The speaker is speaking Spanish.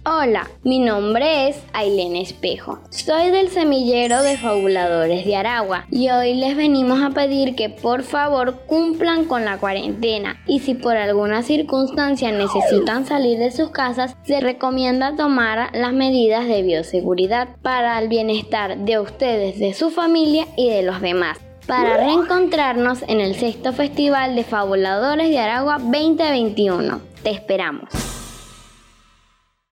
Hola, mi nombre es Ailén Espejo. Soy del semillero de Fabuladores de Aragua y hoy les venimos a pedir que por favor cumplan con la cuarentena y si por alguna circunstancia necesitan salir de sus casas, se recomienda tomar las medidas de bioseguridad para el bienestar de ustedes, de su familia y de los demás. Para reencontrarnos en el 6º Festival de Fabuladores de Aragua 2021. Te esperamos.